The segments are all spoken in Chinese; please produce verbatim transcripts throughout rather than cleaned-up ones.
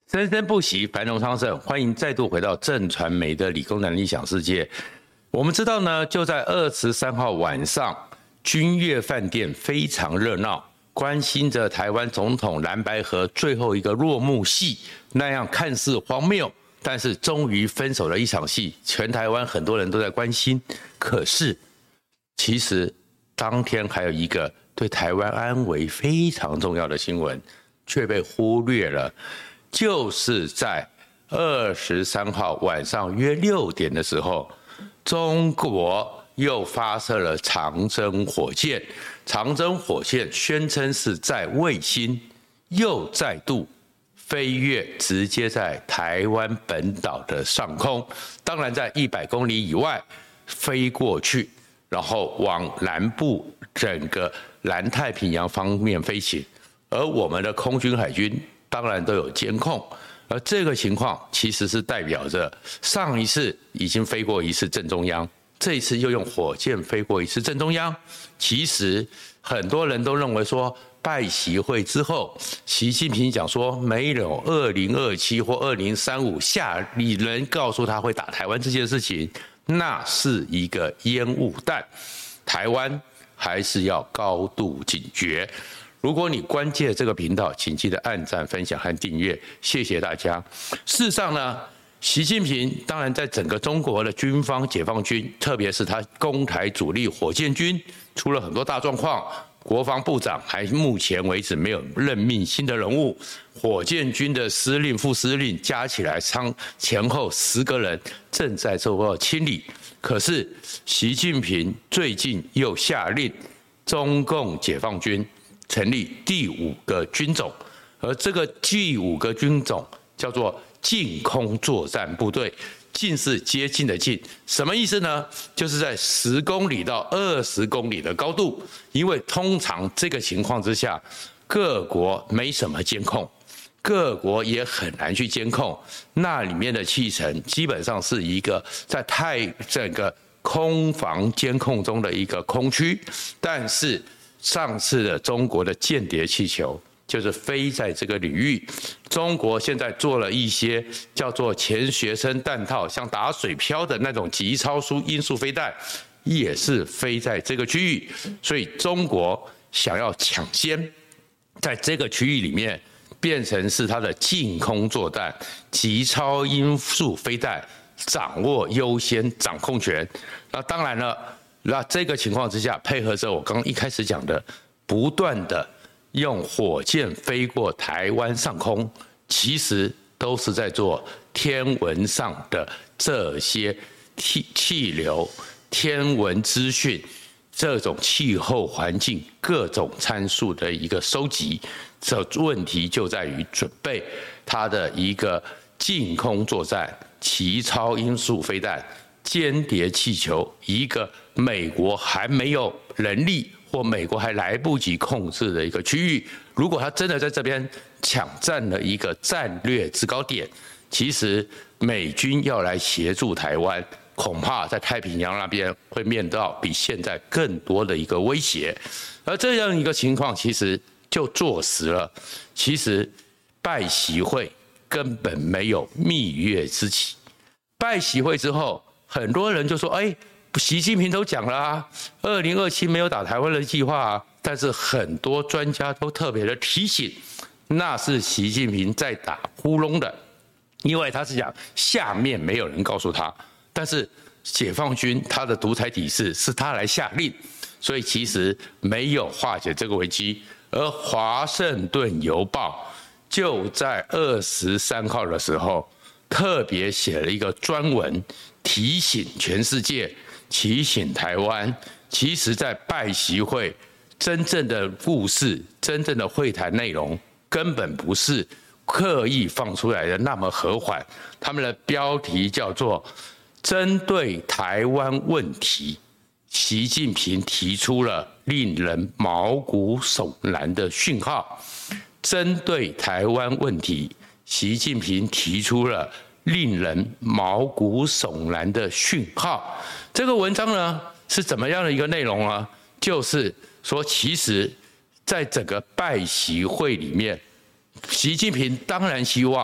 生生不息，繁荣昌盛。欢迎再度回到正传媒的理工男理想世界。我们知道呢，就在二十三号晚上，君悦饭店非常热闹，关心着台湾总统蓝白合最后一个落幕戏，那样看似荒谬，但是终于分手的一场戏，全台湾很多人都在关心。可是，其实当天还有一个对台湾安危非常重要的新闻，却被忽略了。就是在二十三号晚上约六点的时候，中国又发射了长征火箭。长征火箭宣称是在卫星又再度飞越，直接在台湾本岛的上空，当然在一百公里以外飞过去，然后往南部整个南太平洋方面飞行，而我们的空军海军当然都有监控，而这个情况其实是代表着上一次已经飞过一次正中央，这一次又用火箭飞过一次正中央。其实很多人都认为说，拜习会之后，习近平讲说没有二零二七或二零三五下你人告诉他会打台湾这件事情，那是一个烟雾弹，台湾还是要高度警觉。如果你关切这个频道，请记得按赞、分享和订阅，谢谢大家。事实上呢，习近平当然在整个中国的军方、解放军，特别是他攻台主力火箭军，出了很多大状况。国防部长还目前为止没有任命新的人物，火箭军的司令、副司令加起来仓前后十个人正在做清理。可是习近平最近又下令中共解放军成立第五个军种，而这个第五个军种叫做近空作战部队。近是接近的近，什么意思呢？就是在十公里到二十公里的高度，因为通常这个情况之下，各国没什么监控，各国也很难去监控，那里面的气层基本上是一个在太整个空防监控中的一个空区。但是上次的中国的间谍气球就是飞在这个领域，中国现在做了一些叫做钱学森弹套，像打水漂的那种极超音音速飞弹，也是飞在这个区域，所以中国想要抢先在这个区域里面变成是它的近空作战，极超音速飞弹掌握优先掌控权。那当然了，那这个情况之下，配合着我刚刚一开始讲的，不断的用火箭飞过台湾上空，其实都是在做天文上的这些气气流、天文资讯、这种气候环境各种参数的一个收集。这问题就在于准备它的一个近空作战、极超音速飞弹、间谍气球，一个美国还没有能力或美国还来不及控制的一个区域，如果他真的在这边抢占了一个战略制高点，其实美军要来协助台湾，恐怕在太平洋那边会面到比现在更多的一个威胁。而这样一个情况，其实就坐实了，其实拜习会根本没有蜜月之期。拜习会之后，很多人就说：“哎。”习近平都讲了啊，二零二七没有打台湾的计划啊，但是很多专家都特别的提醒，那是习近平在打呼噜的，因为他是讲下面没有人告诉他，但是解放军他的独裁体制是他来下令，所以其实没有化解这个危机。而华盛顿邮报就在二十三号的时候，特别写了一个专文，提醒全世界。提醒台湾，其实在拜习会真正的故事、真正的会谈内容，根本不是刻意放出来的那么和缓。他们的标题叫做“针对台湾问题，习近平提出了令人毛骨悚然的讯号”。针对台湾问题，习近平提出了令人毛骨悚然的讯号。这个文章呢是怎么样的一个内容呢？就是说，其实在整个拜习会里面，习近平当然希望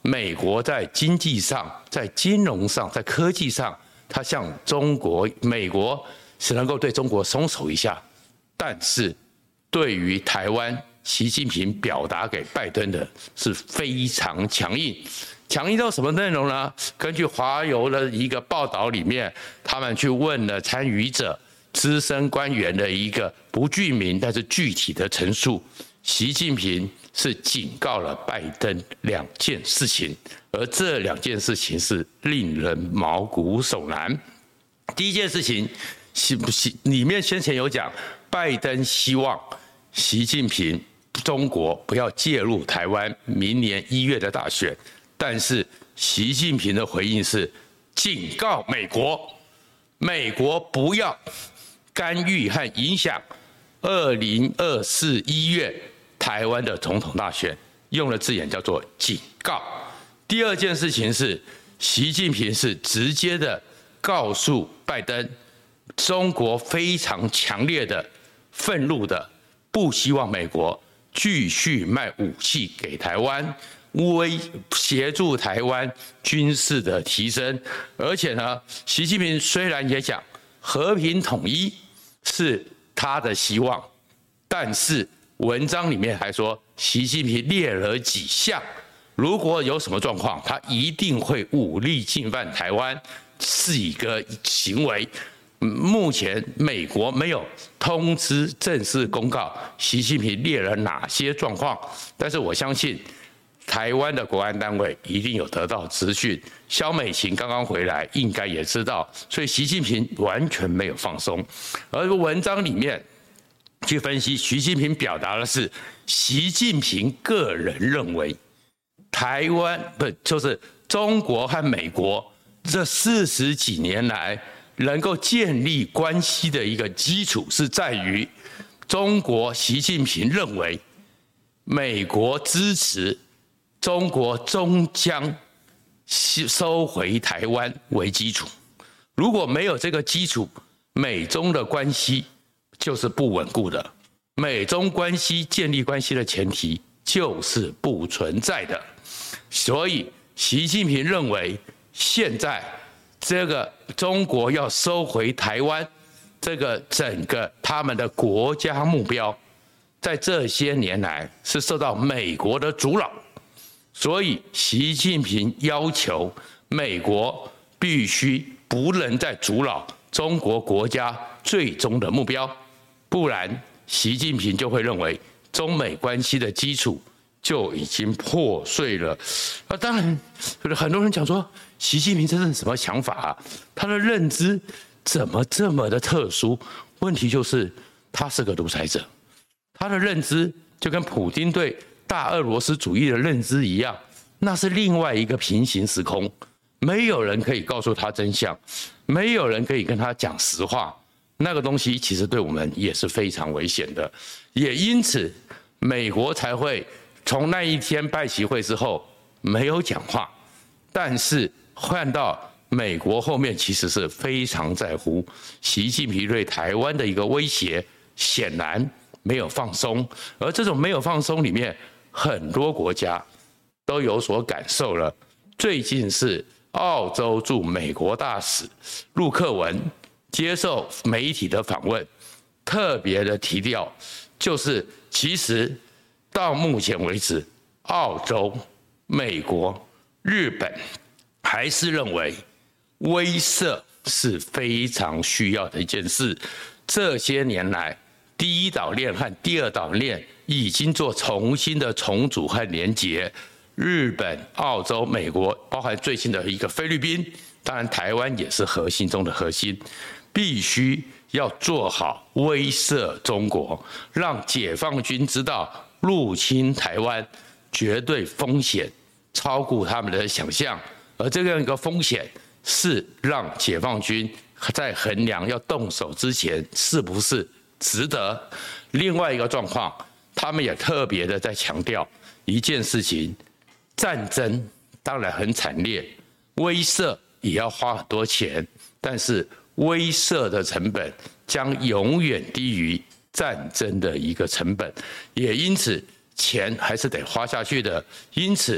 美国在经济上、在金融上、在科技上，它向中国、美国是能够对中国松手一下，但是对于台湾，习近平表达给拜登的是非常强硬。强硬到什么内容呢？根据华邮的一个报道里面，他们去问了参与者、资深官员的一个不具名但是具体的陈述，习近平是警告了拜登两件事情，而这两件事情是令人毛骨悚然。第一件事情，里面先前有讲，拜登希望习近平中国不要介入台湾明年一月的大选。但是习近平的回应是警告美国，美国不要干预和影响二零二四一月台湾的总统大选，用的字眼叫做警告。第二件事情是，习近平是直接的告诉拜登，中国非常强烈的、愤怒的，不希望美国继续卖武器给台湾。威协助台湾军事的提升，而且呢，习近平虽然也讲和平统一是他的希望，但是文章里面还说，习近平列了几项，如果有什么状况，他一定会武力进犯台湾，是一个行为。目前美国没有通知正式公告习近平列了哪些状况，但是我相信台湾的国安单位一定有得到资讯，萧美琴刚刚回来，应该也知道，所以习近平完全没有放松。而文章里面去分析，习近平表达的是，习近平个人认为，台湾不就是中国和美国这四十几年来能够建立关系的一个基础，是在于中国习近平认为，美国支持中国终将收回台湾为基础，如果没有这个基础，美中的关系就是不稳固的。美中关系建立关系的前提就是不存在的。所以习近平认为，现在这个中国要收回台湾，这个整个他们的国家目标，在这些年来是受到美国的阻扰。所以，习近平要求美国必须不能再阻扰中国国家最终的目标，不然习近平就会认为中美关系的基础就已经破碎了。啊，当然，很多人讲说，习近平这是什么想法啊？他的认知怎么这么的特殊？问题就是他是个独裁者，他的认知就跟普丁对大俄罗斯主义的认知一样，那是另外一个平行时空，没有人可以告诉他真相，没有人可以跟他讲实话，那个东西其实对我们也是非常危险的。也因此，美国才会从那一天拜习会之后没有讲话，但是换到美国后面其实是非常在乎习近平对台湾的一个威胁，显然没有放松，而这种没有放松里面，很多国家都有所感受了。最近是澳洲驻美国大使陆克文接受媒体的访问，特别的提到，就是其实到目前为止，澳洲、美国、日本还是认为威慑是非常需要的一件事。这些年来，第一岛链和第二岛链已经做重新的重组和连结，日本、澳洲、美国，包含最近的一个菲律宾，当然台湾也是核心中的核心，必须要做好威慑中国，让解放军知道入侵台湾绝对风险超过他们的想象，而这样一个风险是让解放军在衡量要动手之前是不是值得。另外一个状况，他们也特别的在强调一件事情，战争当然很惨烈，威慑也要花很多钱，但是威慑的成本将永远低于战争的一个成本，也因此钱还是得花下去的。因此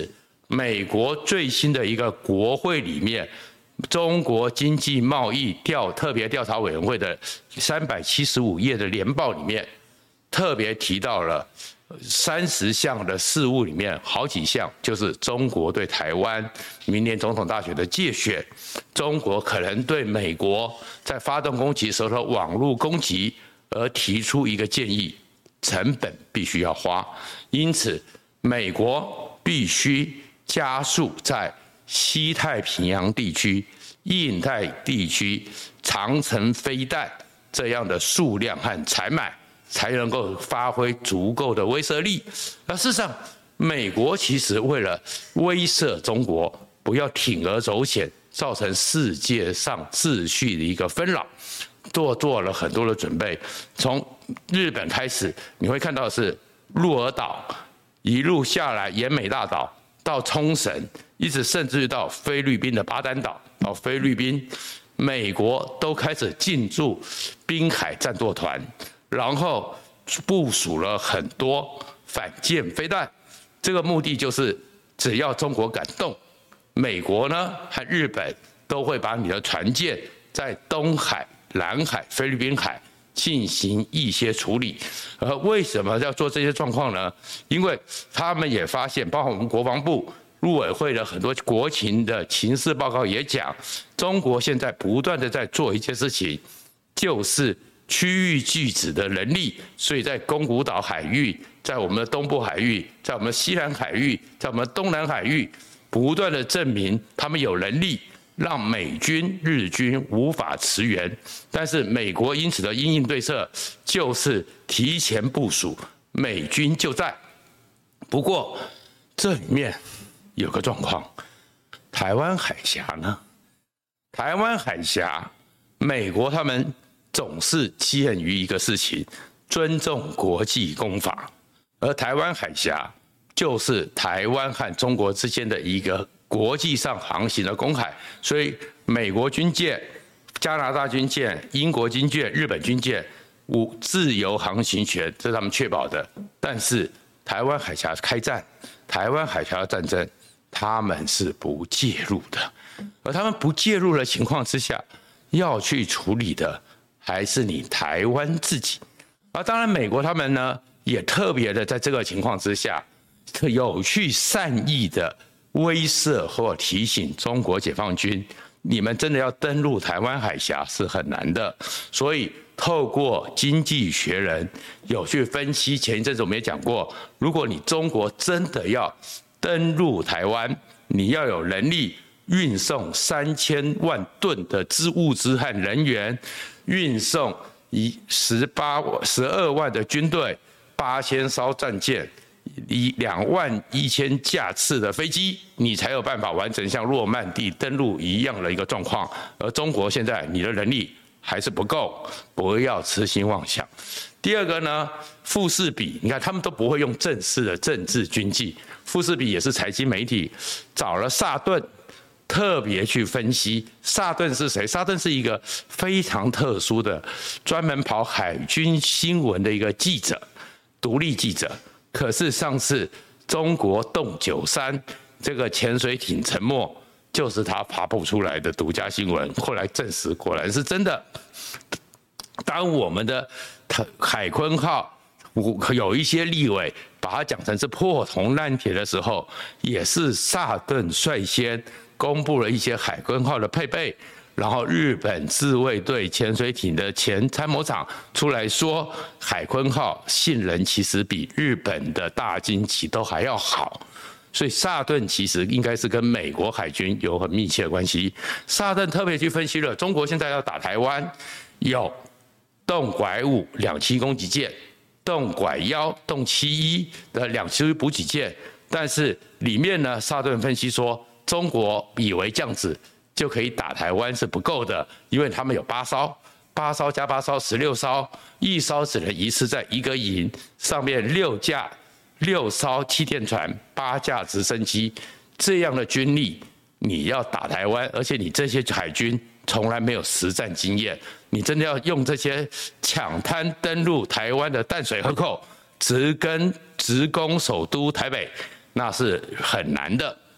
美国最新的一个国会里面，中国经济贸易调特别调查委员会的三百七十五页的联报里面，特别提到了三十项的事务里面，好几项就是中国对台湾明年总统大选的介选，中国可能对美国在发动攻击时候的网络攻击而提出一个建议，成本必须要花，因此美国必须加速在西太平洋地区、印太地区长程飞弹这样的数量和采买，才能够发挥足够的威慑力。那事实上，美国其实为了威慑中国，不要铤而走险，造成世界上秩序的一个纷扰，做做了很多的准备。从日本开始，你会看到是鹿儿岛一路下来，沿美大岛到冲绳，一直甚至于到菲律宾的巴丹岛，到菲律宾，美国都开始进驻滨海战斗团，然后部署了很多反舰飞弹。这个目的就是，只要中国敢动，美国呢和日本都会把你的船舰在东海、南海、菲律宾海进行一些处理。而为什么要做这些状况呢？因为他们也发现，包括我们国防部、陆委会的很多国情的情势报告也讲，中国现在不断的在做一件事情，就是区域拒止的能力。所以在宫古岛海域，在我们的东部海域，在我们的西南海域，在我们的东南海域，不断的证明他们有能力让美军、日军无法驰援。但是美国因此的因应对策就是提前部署，美军就在。不过这里面有个状况，台湾海峡呢？台湾海峡，美国他们总是鉴于一个事情，尊重国际公法，而台湾海峡就是台湾和中国之间的一个国际上航行的公海，所以美国军舰、加拿大军舰、英国军舰、日本军舰无自由航行权，这是他们确保的。但是台湾海峡开战，台湾海峡战争，他们是不介入的。而他们不介入的情况之下，要去处理的还是你台湾自己。而当然，美国他们呢，也特别的在这个情况之下，有去善意的威慑或提醒中国解放军，你们真的要登陆台湾海峡是很难的。所以透过经济学人有去分析，前一阵子我们也讲过，如果你中国真的要登陆台湾，你要有能力运送三千万吨的资物资和人员，运送一十八十二万的军队，八千艘战舰，以两万一千架次的飞机，你才有办法完成像诺曼底登陆一样的一个状况。而中国现在你的能力还是不够，不要痴心妄想。第二个呢，富士比，你看他们都不会用正式的政治军纪，富士比也是财经媒体找了萨顿，特别去分析萨顿是谁。萨顿是一个非常特殊的，专门跑海军新闻的一个记者，独立记者。可是上次中国动九三这个潜水艇沉没，就是他发布出来的独家新闻，后来证实果然是真的。当我们的海鲲号有一些立委把它讲成是破铜烂铁的时候，也是萨顿率先公布了一些海鲲号的配备，然后日本自卫队潜水艇的前参谋长出来说，海鲲号性能其实比日本的大鲸旗都还要好。所以萨顿其实应该是跟美国海军有很密切的关系。萨顿特别去分析了中国现在要打台湾，有动拐五两栖攻击舰、动拐幺、动七一的两栖补给舰，但是里面呢，萨顿分析说，中国以为这样子就可以打台湾是不够的，因为他们有八艘，八艘加八艘十六艘，一艘只能一次在一个营上面六架。六艘气垫船，八架直升机，这样的军力，你要打台湾，而且你这些海军从来没有实战经验，你真的要用这些抢滩登陆台湾的淡水河口，直跟直攻首都台北，那是很难的。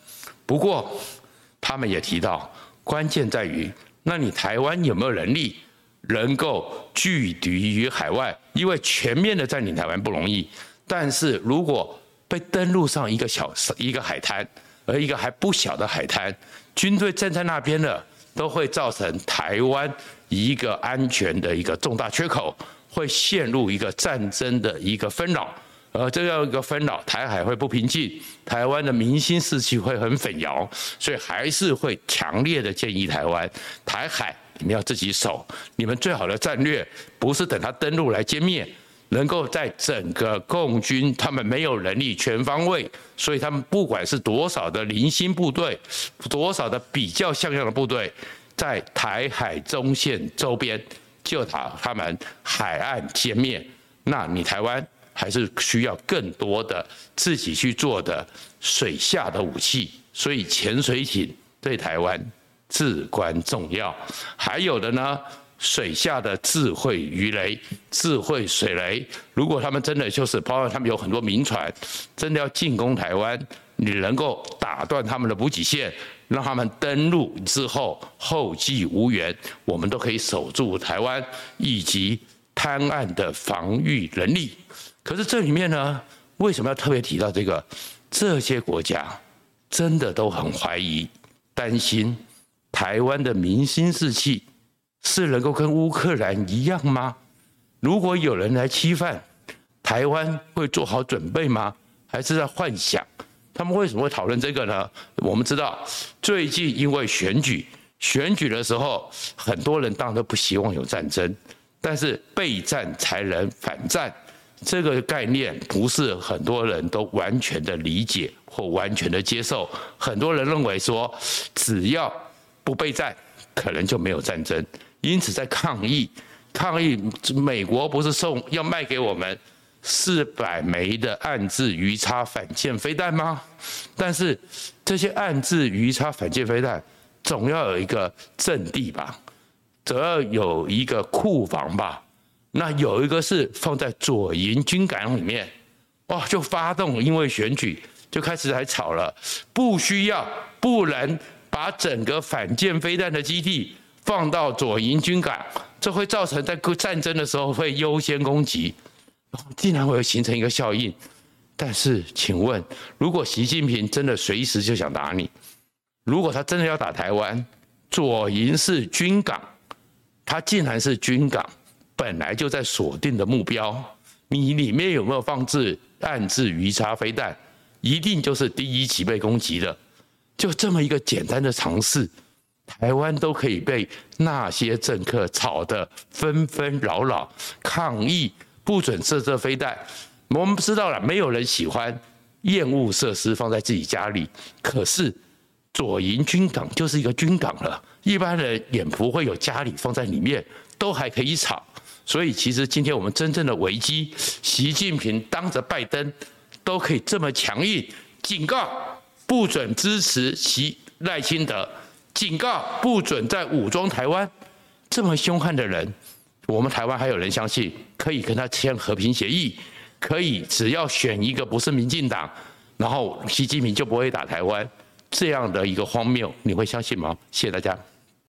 不过他们也提到，关键在于，那你台湾有没有能力能够拒敌于海外？因为全面的占领台湾不容易，但是如果被登陆上一个小一个海滩，而一个还不小的海滩，军队站在那边了，都会造成台湾一个安全的一个重大缺口，会陷入一个战争的一个纷扰。而这样一个纷扰，台海会不平静，台湾的民心士气会很纷摇，所以还是会强烈的建议台湾，台海你们要自己守，你们最好的战略不是等他登陆来歼灭，能够在整个共军他们没有能力全方位，所以他们不管是多少的零星部队，多少的比较像样的部队，在台海中线周边就把他们海岸歼灭，那你台湾还是需要更多的自己去做的水下的武器，所以潜水艇对台湾至关重要。还有的呢，水下的智慧鱼雷、智慧水雷，如果他们真的就是，包括他们有很多民船，真的要进攻台湾，你能够打断他们的补给线，让他们登陆之后后继无援，我们都可以守住台湾以及滩岸的防御能力。可是这里面呢，为什么要特别提到这个？这些国家真的都很怀疑、担心台湾的民心士气是能够跟乌克兰一样吗？如果有人来侵犯台湾，会做好准备吗？还是在幻想？他们为什么会讨论这个呢？我们知道，最近因为选举，选举的时候，很多人当然都不希望有战争，但是备战才能反战。这个概念不是很多人都完全的理解或完全的接受。很多人认为说，只要不备战，可能就没有战争。因此，在抗议，抗议，美国不是送要卖给我们四百枚的暗制鱼叉反舰飞弹吗？但是这些暗制鱼叉反舰飞弹总要有一个阵地吧，总要有一个库房吧。那有一个是放在左营军港里面，哇，就发动，因为选举就开始来吵了，不需要，不能把整个反舰飞弹的基地放到左营军港，这会造成在战争的时候会优先攻击，竟然会形成一个效应。但是，请问，如果习近平真的随时就想打你，如果他真的要打台湾，左营是军港，他竟然是军港。本来就在锁定的目标，你里面有没有放置暗制鱼叉飞弹，一定就是第一起被攻击的。就这么一个简单的尝试，台湾都可以被那些政客吵得纷纷扰扰，抗议不准射这飞弹。我们知道了，没有人喜欢厌恶设施放在自己家里，可是左营军港就是一个军港了，一般人也不会有家里放在里面，都还可以吵。所以，其实今天我们真正的危机，习近平当着拜登都可以这么强硬，警告不准支持习赖清德，警告不准再武装台湾。这么凶悍的人，我们台湾还有人相信可以跟他签和平协议，可以只要选一个不是民进党，然后习近平就不会打台湾，这样的一个荒谬，你会相信吗？谢谢大家。